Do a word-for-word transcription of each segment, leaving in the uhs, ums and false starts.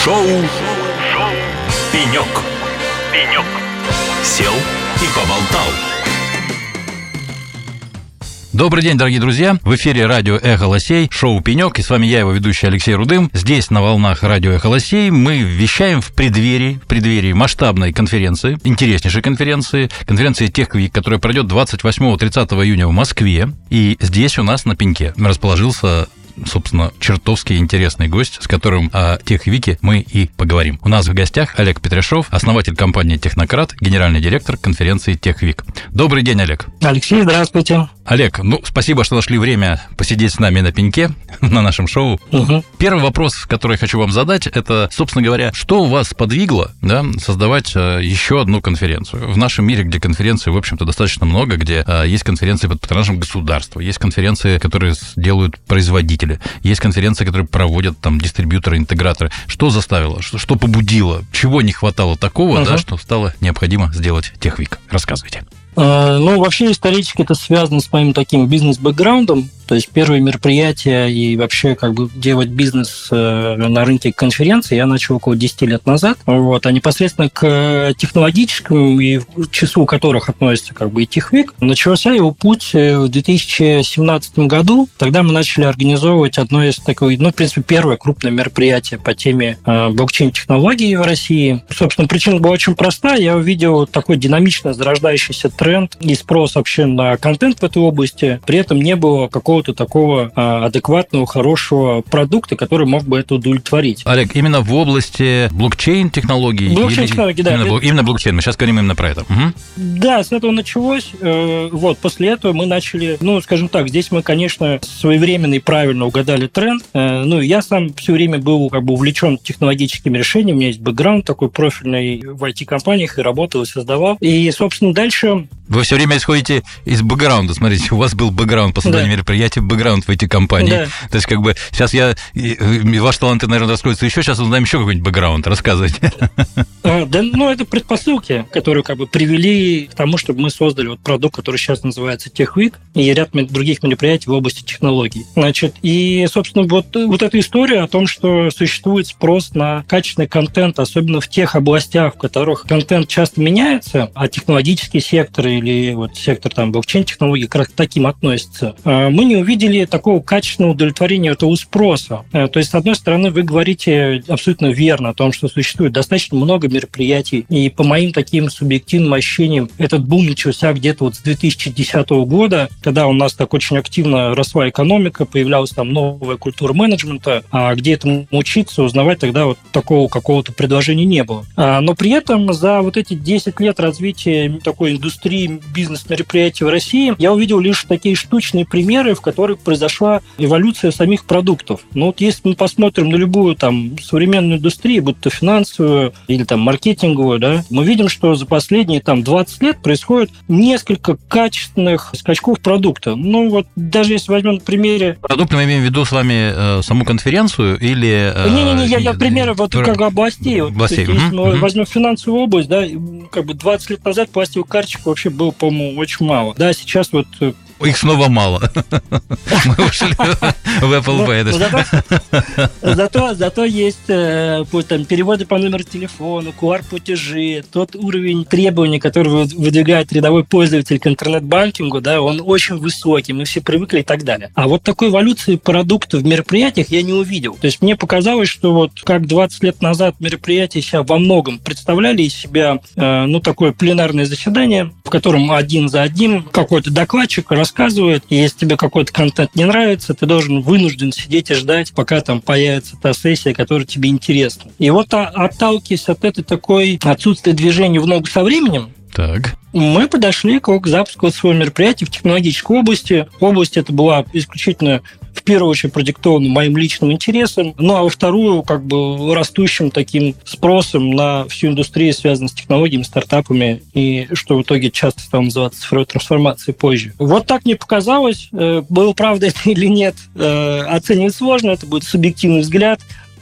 Шоу Шоу Пенек. Пенек. Сел и поболтал. Добрый день, дорогие друзья! В эфире радио «Эхо Лосей», шоу «Пенек», и с вами я, его ведущий Алексей Рудым. Здесь, на волнах радио «Эхо Лосей», мы вещаем в преддверии, в преддверии масштабной конференции, интереснейшей конференции, конференции TechWeek, которая пройдет двадцать восьмого - тридцатого июня в Москве. И здесь у нас на пеньке расположился, собственно, чертовски интересный гость, с которым о TechWeek мы и поговорим. У нас в гостях Олег Петряшов, основатель компании «Технократ», генеральный директор конференции TechWeek. Добрый день, Олег. Алексей, здравствуйте. Олег, ну, спасибо, что нашли время посидеть с нами на пеньке, на нашем шоу. Угу. Первый вопрос, который я хочу вам задать, это, собственно говоря, что вас сподвигло, да, создавать э, еще одну конференцию? В нашем мире, где конференций, в общем-то, достаточно много, где э, есть конференции под патронажем государства, есть конференции, которые делают производители, есть конференции, которые проводят там дистрибьюторы, интеграторы. Что заставило, что, что побудило, чего не хватало такого, угу. да, что стало необходимо сделать TechWeek? Рассказывайте. Ну, вообще, исторически это связано с моим таким бизнес-бэкграундом. То есть первые мероприятия и вообще как бы делать бизнес на рынке конференций я начал около десять лет назад. Вот. А непосредственно к технологическому, и к числу которых относится как бы и TechWeek, начался его путь в две тысячи семнадцатом году. Тогда мы начали организовывать одно из такой, ну, в принципе, первое крупное мероприятие по теме блокчейн-технологий в России. Собственно, причина была очень проста. Я увидел такой динамично зарождающийся тренд и спрос вообще на контент в этой области. При этом не было какого-то такого а, адекватного, хорошего продукта, который мог бы это удовлетворить. Олег, именно в области блокчейн-технологий? Блокчейн-технологий, да. Именно, блок, именно блокчейн. Мы сейчас говорим именно про это. Угу. Да, с этого началось. Вот, после этого мы начали, ну, скажем так, здесь мы, конечно, своевременно и правильно угадали тренд. Ну, я сам все время был как бы увлечен технологическими решениями. У меня есть бэкграунд такой профильный в ай ти-компаниях, и работал, и создавал. И, собственно, дальше... Вы все время исходите из бэкграунда. Смотрите, у вас был бэкграунд по созданию да. мероприятий, бэкграунд в эти компании. Да. То есть, как бы, сейчас я... Ваши таланты, наверное, раскроются еще. Сейчас узнаем еще какой-нибудь бэкграунд. Рассказывайте. А, да, ну, это предпосылки, которые как бы привели к тому, чтобы мы создали вот продукт, который сейчас называется TechWeek, и ряд других мероприятий в области технологий. Значит, и, собственно, вот, вот эта история о том, что существует спрос на качественный контент, особенно в тех областях, в которых контент часто меняется, а технологический сектор или вот сектор там блокчейн-технологий как к таким относится, мы не увидели такого качественного удовлетворения этого спроса. То есть, с одной стороны, вы говорите абсолютно верно о том, что существует достаточно много мероприятий, и по моим таким субъективным ощущениям этот бум начался где-то вот с две тысячи десятого года, когда у нас так очень активно росла экономика, появлялась там новая культура менеджмента, а где этому учиться, узнавать тогда вот такого какого-то предложения не было. Но при этом за вот эти десять лет развития такой индустрии бизнес-мероприятий в России я увидел лишь такие штучные примеры, в которых произошла эволюция самих продуктов. Ну вот если мы посмотрим на любую там современную индустрию, будь то финансовую или там маркетинговую, да, мы видим, что за последние там двадцать лет происходит несколько качественных скачков продукта. Ну вот даже если возьмем на примере... Продукт мы имеем в виду с вами э, саму конференцию или... Э, Не-не-не, я, я примеры вот как бы областей. Вот, областей. Если угу, мы угу. возьмем финансовую область, да, как бы двадцать лет назад пластиковых карточек вообще было, по-моему, очень мало. Да, сейчас вот... Их снова мало. Мы ушли в Apple Pay. Зато, зато есть э, там, переводы по номеру телефона, ку ар-платежи, тот уровень требований, который выдвигает рядовой пользователь к интернет-банкингу, да, он очень высокий, мы все привыкли и так далее. А вот такой эволюции продуктов в мероприятиях я не увидел. То есть мне показалось, что вот как двадцать лет назад мероприятия сейчас во многом представляли из себя э, ну, такое пленарное заседание, в котором один за одним какой-то докладчик рассказывает, рассказывает, и если тебе какой-то контент не нравится, ты должен вынужден сидеть и ждать, пока там появится та сессия, которая тебе интересна. И вот отталкиваясь от этой такой отсутствия движения в ногу со временем, так. мы подошли к запуску своего мероприятия в технологической области. Область эта была исключительно в первую очередь продиктована моим личным интересом, ну а во вторую как бы растущим таким спросом на всю индустрию, связанную с технологиями, стартапами, и что в итоге часто стало называться цифровой трансформацией позже. Вот так мне показалось. Было правда это или нет, оценивать сложно, это будет субъективный взгляд.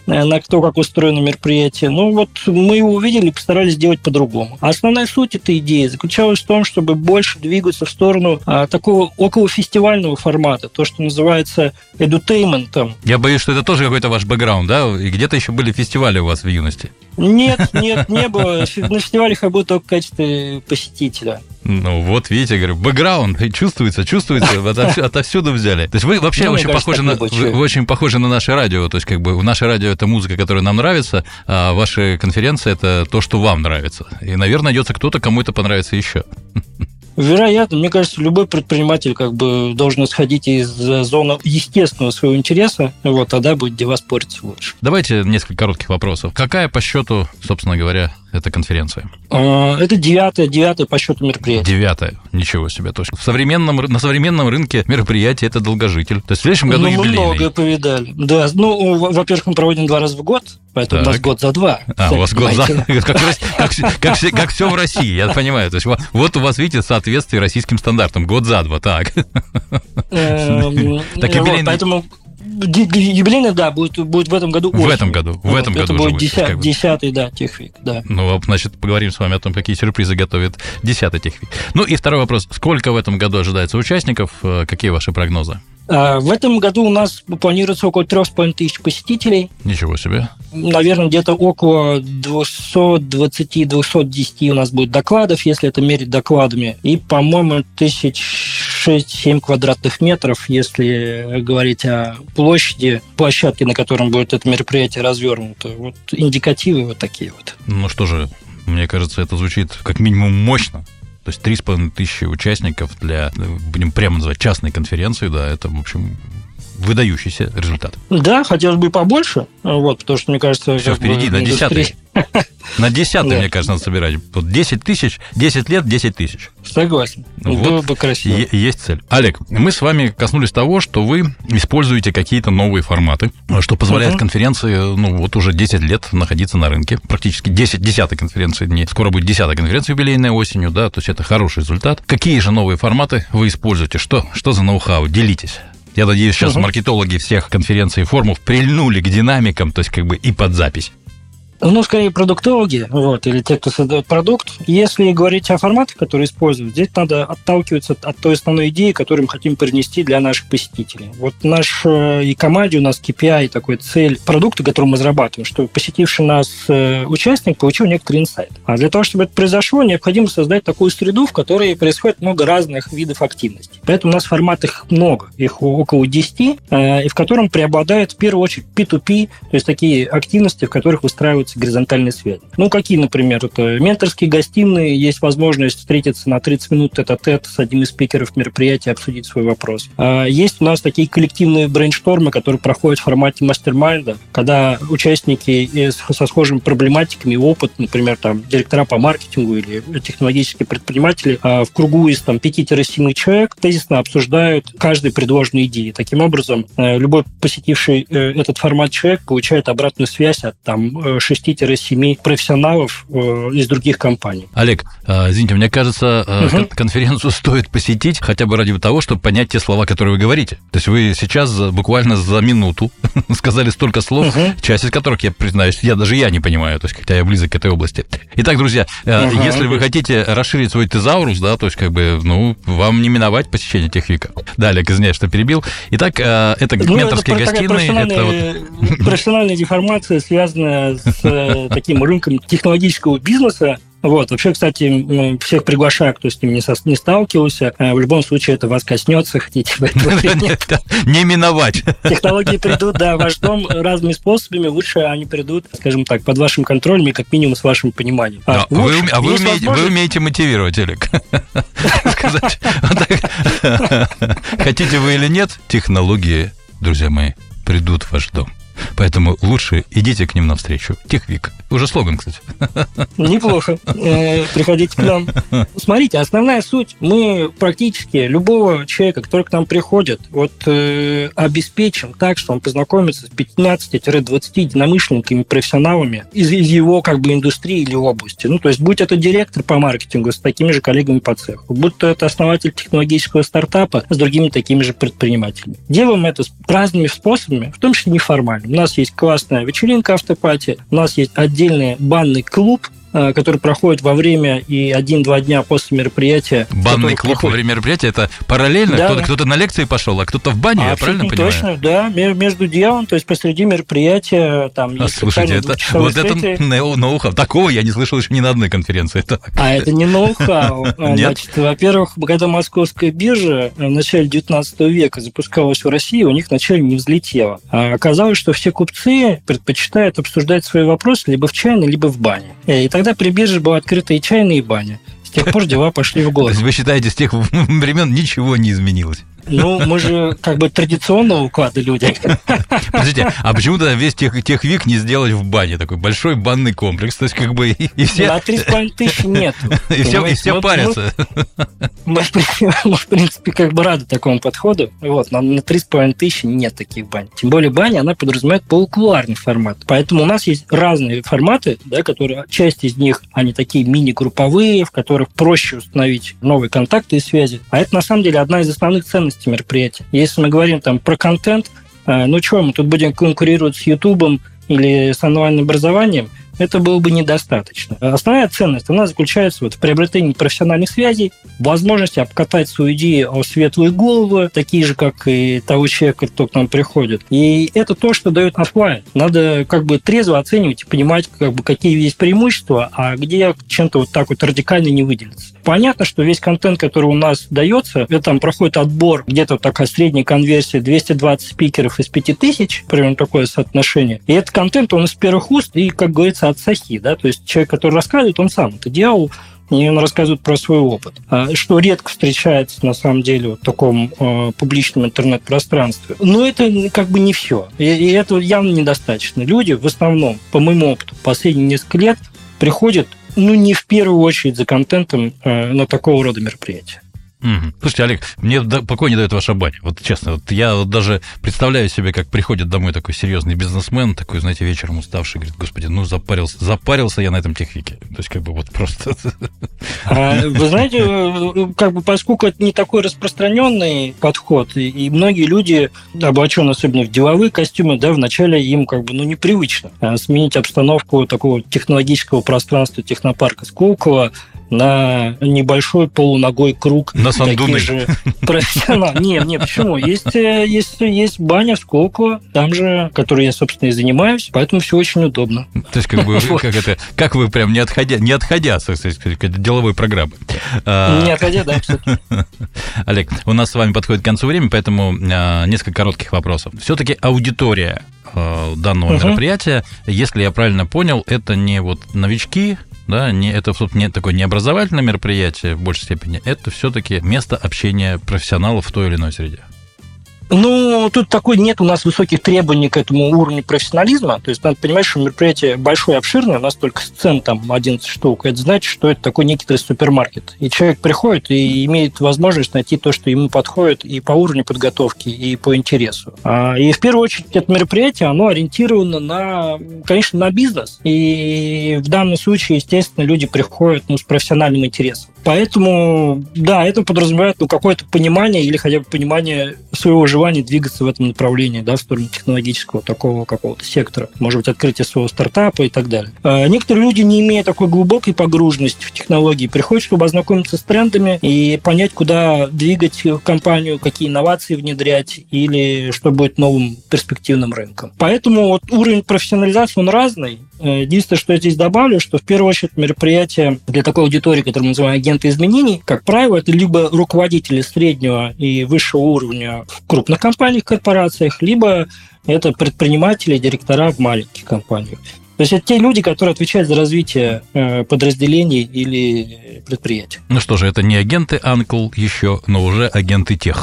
на то, как устроено мероприятие. Ну, вот мы его увидели и постарались сделать по-другому. А основная суть этой идеи заключалась в том, чтобы больше двигаться в сторону а, такого околофестивального формата, то, что называется edutainment. Я боюсь, что это тоже какой-то ваш бэкграунд, да? И где-то еще были фестивали у вас в юности? Нет, нет, не было. На фестивалях я был только в качестве посетителя. Ну, вот, видите, говорю, бэкграунд чувствуется, чувствуется, отовсюду, отовсюду взяли. То есть вы вообще ну, очень, кажется, похожи на, вы, вы очень похожи на наше радио. То есть, как бы, наше радио – это музыка, которая нам нравится, а ваши конференции – это то, что вам нравится. И, наверное, найдется кто-то, кому это понравится еще. Вероятно, мне кажется, любой предприниматель как бы должен исходить из зоны естественного своего интереса, вот тогда будет где вас спориться лучше. Давайте несколько коротких вопросов. Какая по счету, собственно говоря, эта конференция? Это девятое, девятое по счету мероприятие. Девятое, ничего себе, точно. В современном, на современном рынке мероприятие – это долгодель. То есть в следующем году ну, юбилейный. Мы многое повидали. Да, ну, во-первых, мы проводим два раза в год, поэтому так. У нас год за два. А, у вас год за... Как все в России, я понимаю. То есть вот у вас, видите, соответствие российским стандартам. Год за два, так. Так юбилейный... Поэтому... Юбилейный, да, будет, будет в этом году. В осенью. этом году. В вот, этом это году будет десятый, десятый, да, Техвик, да. Ну, значит, поговорим с вами о том, какие сюрпризы готовит десятый Техвик. Ну и второй вопрос. Сколько в этом году ожидается участников? Какие ваши прогнозы? В этом году у нас планируется около трех с половиной тысяч посетителей. Ничего себе. Наверное, где-то около двести двадцать - двести десять у нас будет докладов, если это мерить докладами. И, по-моему, тысяч шесть-семь квадратных метров, если говорить о площади, площадке, на котором будет это мероприятие развернуто. Вот индикативы вот такие вот. Ну что же, мне кажется, это звучит как минимум мощно. То есть три с половиной тысячи участников для, будем прямо называть, частной конференции, да, это, в общем, выдающийся результат. Да, хотелось бы побольше, вот, потому что, мне кажется... Все впереди, на десятый. На десятый, мне кажется, надо собирать. Вот десять тысяч, десять лет, десять тысяч. Согласен. Вот. Было бы красиво. Е- есть цель. Олег, мы с вами коснулись того, что вы используете какие-то новые форматы, что позволяет uh-huh. конференции, ну, вот уже десять лет находиться на рынке. Практически десять, десятая конференция, не, скоро будет десятая конференция юбилейная осенью, да, то есть это хороший результат. Какие же новые форматы вы используете? Что, что за ноу-хау? Делитесь. Я надеюсь, сейчас uh-huh. маркетологи всех конференций и форумов прильнули к динамикам, то есть как бы и под запись. Ну, скорее, продуктологи, вот, или те, кто создает продукт. Если говорить о форматах, которые используют, здесь надо отталкиваться от той основной идеи, которую мы хотим принести для наших посетителей. Вот наш и команде у нас кей пи ай, такой цель продукта, который мы разрабатываем, чтобы посетивший нас участник получил некоторый инсайт. А для того, чтобы это произошло, необходимо создать такую среду, в которой происходит много разных видов активностей. Поэтому у нас форматов много, их около десяти, и в котором преобладает в первую очередь пи ту пи, то есть такие активности, в которых выстраиваются горизонтальные связи. Ну, какие, например, это менторские гостиные, есть возможность встретиться на тридцать минут тет-а-тет с одним из спикеров мероприятия, обсудить свой вопрос. Есть у нас такие коллективные брейнштормы, которые проходят в формате мастер-майнда, когда участники со схожими проблематиками, опыт, например, там, директора по маркетингу или технологические предприниматели в кругу из там, пяти-семи человек тезисно обсуждают каждую предложенную идею. Таким образом, любой посетивший этот формат человек получает обратную связь от там, шести-семи профессионалов э, из других компаний. Олег, э, извините, мне кажется, э, угу. конференцию стоит посетить хотя бы ради того, чтобы понять те слова, которые вы говорите. То есть вы сейчас буквально за минуту сказали столько слов, угу. часть из которых, я признаюсь, я даже я не понимаю, то есть хотя я близок к этой области. Итак, друзья, э, угу. если вы хотите расширить свой тезаурус, да, то есть как бы, ну, вам не миновать посещение Техвика. Да, Олег, извиняюсь, что перебил. Итак, э, это ну, менторские это гостиные. Это вот... Профессиональная деформация, связанная с таким рынком технологического бизнеса. Вот. Вообще, кстати, всех приглашаю, кто с ним не, со, не сталкивался. В любом случае, это вас коснется, хотите вы этого или нет. Не миновать. Технологии придут, да, в ваш дом разными способами. Лучше они придут, скажем так, под вашим контролем и как минимум с вашим пониманием. А, а вы, а вы, умеете, возможность... вы умеете мотивировать, Олег. Хотите вы или нет, технологии, друзья мои, придут в ваш дом. Поэтому лучше идите к ним навстречу. Техвик. Уже слоган, кстати. Неплохо. Приходите к нам. Смотрите, основная суть. Мы практически любого человека, который к нам приходит, вот обеспечим так, что он познакомится с пятнадцатью-двадцатью единомышленниками, профессионалами из, из его как бы индустрии или области. Ну, то есть, будь это директор по маркетингу с такими же коллегами по цеху, будь то это основатель технологического стартапа с другими такими же предпринимателями. Делаем это с разными способами, в том числе неформально. У нас есть классная вечеринка автопати, у нас есть отдельный банный клуб, который проходит во время и один-два дня после мероприятия. Банный клуб проходит... во время мероприятия, это параллельно? Да, кто-то, кто-то на лекции пошел, а кто-то в бане, а, я правильно понимаю? Точно, да, между делом, то есть посреди мероприятия там а, есть слушайте, это, вот это ноу-хау. Такого я не слышал еще ни на одной конференции. А это не ноу-хау. Значит, во-первых, когда московская биржа в начале девятнадцатого века запускалась в России, у них вначале не взлетело. А оказалось, что все купцы предпочитают обсуждать свои вопросы либо в чайной, либо в бане. И тогда при бирже была открыта и чайная, и баня. С тех пор дела пошли в гору. То есть вы считаете, с тех времен ничего не изменилось? Ну, мы же как бы традиционного уклада люди. Подождите, а почему тогда весь тех, техвик не сделать в бане? Такой большой банный комплекс, то есть как бы и, и все... На три с половиной тысячи нет. И все, и все парятся. Мы, мы, мы, в принципе, как бы рады такому подходу. Вот, но на три с половиной тысячи нет таких бань. Тем более баня, она подразумевает полукулуарный формат. Поэтому у нас есть разные форматы, да, которые, часть из них, они такие мини-групповые, в которых проще установить новые контакты и связи. А это, на самом деле, одна из основных ценностей мероприятия. Если мы говорим там про контент, ну что, мы тут будем конкурировать с Ютубом или с онлайн-образованием, это было бы недостаточно. Основная ценность, она заключается вот в приобретении профессиональных связей, возможности обкатать свою идею о светлые головы, такие же, как и того человека, кто к нам приходит. И это то, что дает офлайн. Надо как бы трезво оценивать и понимать, как бы, какие есть преимущества, а где чем-то вот так вот радикально не выделиться. Понятно, что весь контент, который у нас дается, это там проходит отбор, где-то вот такая средняя конверсия двести двадцать спикеров из пяти тысяч, примерно такое соотношение. И этот контент, он из первых уст и, как говорится, от сахи, да, то есть человек, который рассказывает, он сам это делал, и он рассказывает про свой опыт, что редко встречается, на самом деле, в таком э, публичном интернет-пространстве. Но это как бы не все, и, и этого явно недостаточно. Люди в основном, по моему опыту, последние несколько лет приходят, ну, не в первую очередь за контентом э, на такого рода мероприятия. Угу. Слушайте, Олег, мне покой не дает ваша баня. Вот честно, вот я вот даже представляю себе, как приходит домой такой серьезный бизнесмен, такой, знаете, вечером уставший, говорит: господи, ну запарился, запарился я на этом техвике. То есть, как бы вот просто... А, вы знаете, как бы поскольку это не такой распространенный подход, и многие люди, облаченные особенно в деловые костюмы, да, вначале им как бы, ну, непривычно сменить обстановку такого технологического пространства технопарка Сколково на небольшой полуногой круг. На Сандуны. Же профессионалы. Не, не, почему? Есть, есть, есть баня в Сколково, там же, которой я, собственно, и занимаюсь, поэтому все очень удобно. То есть, как бы, как это, как вы прям не отходя, не отходя, так сказать, от деловой программы. Не отходя, да, кстати. Олег, у нас с вами подходит к концу времени, поэтому несколько коротких вопросов. Все-таки аудитория данного uh-huh. мероприятия, если я правильно понял, это не вот новички, да, не, это не такое необразовательное мероприятие в большей степени, это все-таки место общения профессионалов в той или иной среде. Ну, тут такой нет у нас высоких требований к этому уровню профессионализма. То есть надо понимать, что мероприятие большое, обширное, у нас только сцен там одиннадцать штук. Это значит, что это такой некий супермаркет. И человек приходит и имеет возможность найти то, что ему подходит и по уровню подготовки, и по интересу. И в первую очередь это мероприятие, оно ориентировано на, конечно, на бизнес. И в данном случае, естественно, люди приходят, ну, с профессиональным интересом. Поэтому, да, это подразумевает, ну, какое-то понимание или хотя бы понимание своего желания двигаться в этом направлении, да, в сторону технологического такого какого-то сектора. Может быть, открытие своего стартапа и так далее. А некоторые люди, не имея такой глубокой погруженности в технологии, приходят, чтобы ознакомиться с трендами и понять, куда двигать компанию, какие инновации внедрять или что будет новым перспективным рынком. Поэтому вот уровень профессионализации, он разный. Единственное, что я здесь добавлю, что в первую очередь мероприятие для такой аудитории, которую мы называем агенты изменений, как правило, это либо руководители среднего и высшего уровня в крупных компаниях, корпорациях, либо это предприниматели, директора в маленьких компаниях. То есть это те люди, которые отвечают за развитие подразделений или предприятий. Ну что же, это не агенты Анкл еще, но уже агенты тех.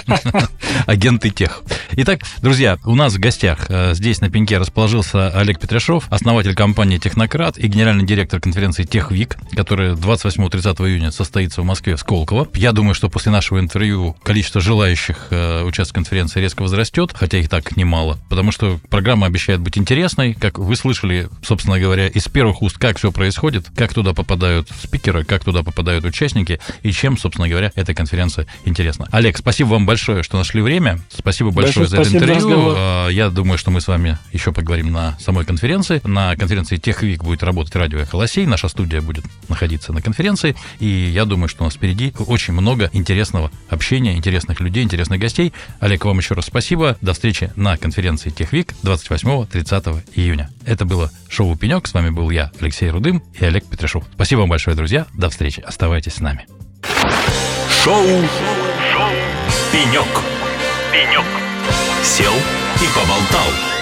Агенты тех. Итак, друзья, у нас в гостях здесь на пеньке расположился Олег Петряшов, основатель компании «Технократ» и генеральный директор конференции «Техвик», которая двадцать восьмого-тридцатого июня состоится в Москве, в Сколково. Я думаю, что после нашего интервью количество желающих участвовать в конференции резко возрастет, хотя их так немало, потому что программа обещает быть интересной. Как вы слышали, узнали, собственно говоря, из первых уст, как все происходит, как туда попадают спикеры, как туда попадают участники и чем, собственно говоря, эта конференция интересна. Олег, спасибо вам большое, что нашли время. Спасибо большое, большое за это интервью. За Я думаю, что мы с вами еще поговорим на самой конференции. На конференции TechWeek будет работать радио «Эхо Лосей». Наша студия будет находиться на конференции. И я думаю, что у нас впереди очень много интересного общения, интересных людей, интересных гостей. Олег, вам еще раз спасибо. До встречи на конференции TechWeek двадцать восьмого-тридцатого июня. Это было шоу «Пенек». С вами был я, Алексей Рудым, и Олег Петрашов. Спасибо вам большое, друзья. До встречи. Оставайтесь с нами. Шоу, шоу «Пенек». «Пенек». Сел и поболтал.